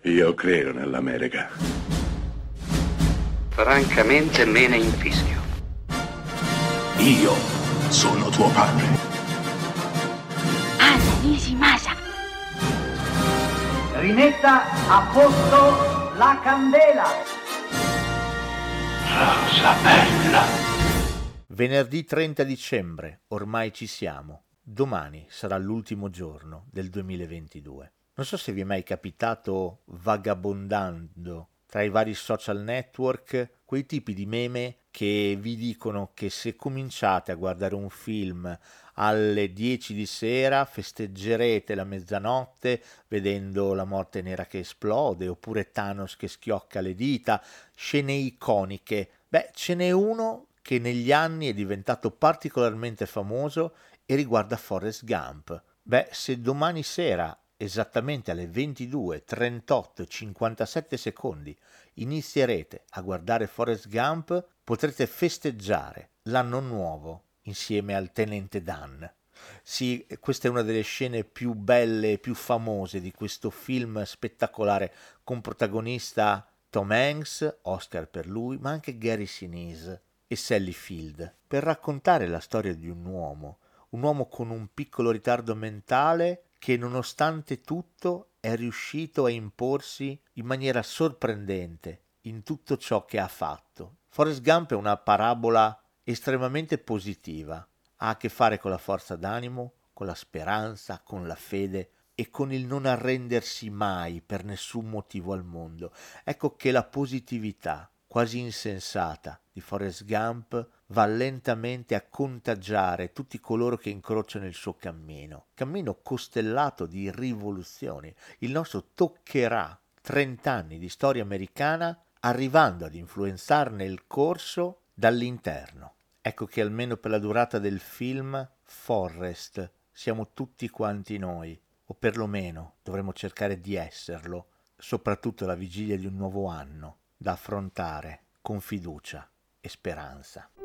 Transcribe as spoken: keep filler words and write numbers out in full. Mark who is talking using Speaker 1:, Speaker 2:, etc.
Speaker 1: Io credo nell'America.
Speaker 2: Francamente me ne infischio.
Speaker 3: Io sono tuo padre.
Speaker 4: Anna Nishimasa.
Speaker 5: Rimetta a posto la candela.
Speaker 3: Rosa bella.
Speaker 6: Venerdì trenta dicembre, ormai ci siamo. Domani sarà l'ultimo giorno del duemilaventidue. Non so se vi è mai capitato, vagabondando tra i vari social network, quei tipi di meme che vi dicono che se cominciate a guardare un film alle dieci di sera festeggerete la mezzanotte vedendo la morte nera che esplode, oppure Thanos che schiocca le dita, scene iconiche. Beh, ce n'è uno che negli anni è diventato particolarmente famoso e riguarda Forrest Gump. Beh, se domani sera, esattamente alle ventidue e trentotto e cinquantasette secondi, inizierete a guardare Forrest Gump, potrete festeggiare l'anno nuovo insieme al tenente Dan. Sì, questa è una delle scene più belle e più famose di questo film spettacolare, con protagonista Tom Hanks, Oscar per lui, ma anche Gary Sinise e Sally Field, per raccontare la storia di un uomo, un uomo con un piccolo ritardo mentale che nonostante tutto è riuscito a imporsi in maniera sorprendente in tutto ciò che ha fatto. Forrest Gump è una parabola estremamente positiva, ha a che fare con la forza d'animo, con la speranza, con la fede e con il non arrendersi mai per nessun motivo al mondo. Ecco che la positività quasi insensata di Forrest Gump va lentamente a contagiare tutti coloro che incrociano il suo cammino, cammino costellato di rivoluzioni. Il nostro toccherà trent'anni di storia americana arrivando ad influenzarne il corso dall'interno. Ecco che almeno per la durata del film Forrest siamo tutti quanti noi, o perlomeno dovremmo cercare di esserlo, soprattutto alla vigilia di un nuovo anno da affrontare con fiducia e speranza.